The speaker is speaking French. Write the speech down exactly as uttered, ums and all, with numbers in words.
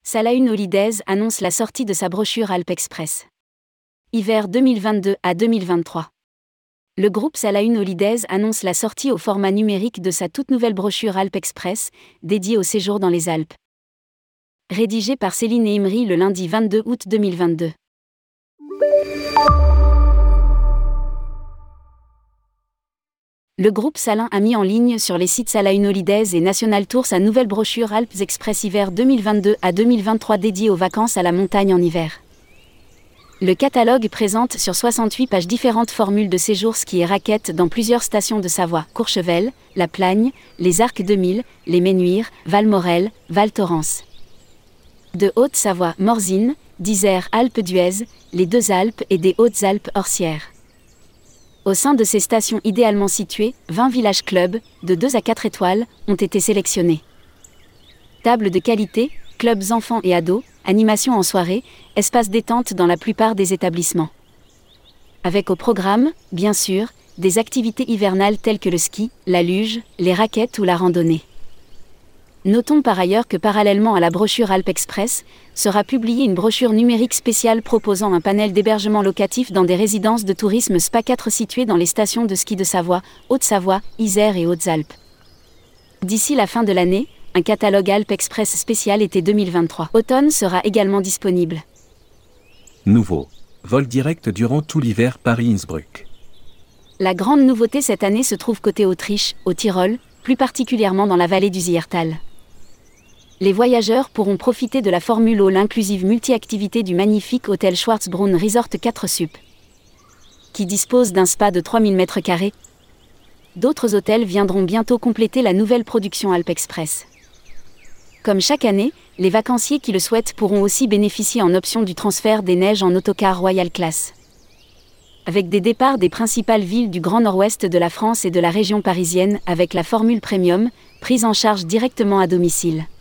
Sahlaoun Holidays annonce la sortie de sa brochure Alp Express. Hiver deux mille vingt-deux à deux mille vingt-trois. Le groupe Sahlaoun Holidays annonce la sortie au format numérique de sa toute nouvelle brochure Alp Express, dédiée au séjour dans les Alpes. Rédigée par Céline et Imri le lundi vingt-deux août deux mille vingt-deux. Le groupe Salin a mis en ligne sur les sites Sahlaoun Holidays et National Tour sa nouvelle brochure Alps Express hiver deux mille vingt-deux à deux mille vingt-trois dédiée aux vacances à la montagne en hiver. Le catalogue présente sur soixante-huit pages différentes formules de séjour ski et raquettes dans plusieurs stations de Savoie, Courchevel, La Plagne, les Arcs deux mille, les Menuires, Valmorel, Val Thorens. De Haute-Savoie, Morzine, d'Isère, Alpes d'Huez, les Deux Alpes et des Hautes-Alpes Orsières. Au sein de ces stations idéalement situées, vingt villages clubs, de deux à quatre étoiles, ont été sélectionnés. Table de qualité, clubs enfants et ados, animation en soirée, espace détente dans la plupart des établissements. Avec au programme, bien sûr, des activités hivernales telles que le ski, la luge, les raquettes ou la randonnée. Notons par ailleurs que parallèlement à la brochure Alp Express, sera publiée une brochure numérique spéciale proposant un panel d'hébergement locatif dans des résidences de tourisme Spa quatre situées dans les stations de ski de Savoie, Haute-Savoie, Isère et Hautes-Alpes. D'ici la fin de l'année, un catalogue Alp Express spécial été deux mille vingt-trois. Automne sera également disponible. Nouveau. Vol direct durant tout l'hiver Paris-Innsbruck. La grande nouveauté cette année se trouve côté Autriche, au Tyrol, plus particulièrement dans la vallée du Zillertal. Les voyageurs pourront profiter de la formule all inclusive multi-activité du magnifique hôtel Schwarzbrunn Resort quatre Sup, qui dispose d'un spa de trois mille mètres carrés. D'autres hôtels viendront bientôt compléter la nouvelle production Alp Express. Comme chaque année, les vacanciers qui le souhaitent pourront aussi bénéficier en option du transfert des neiges en autocar Royal Class. Avec des départs des principales villes du Grand Nord-Ouest de la France et de la région parisienne avec la formule Premium, prise en charge directement à domicile.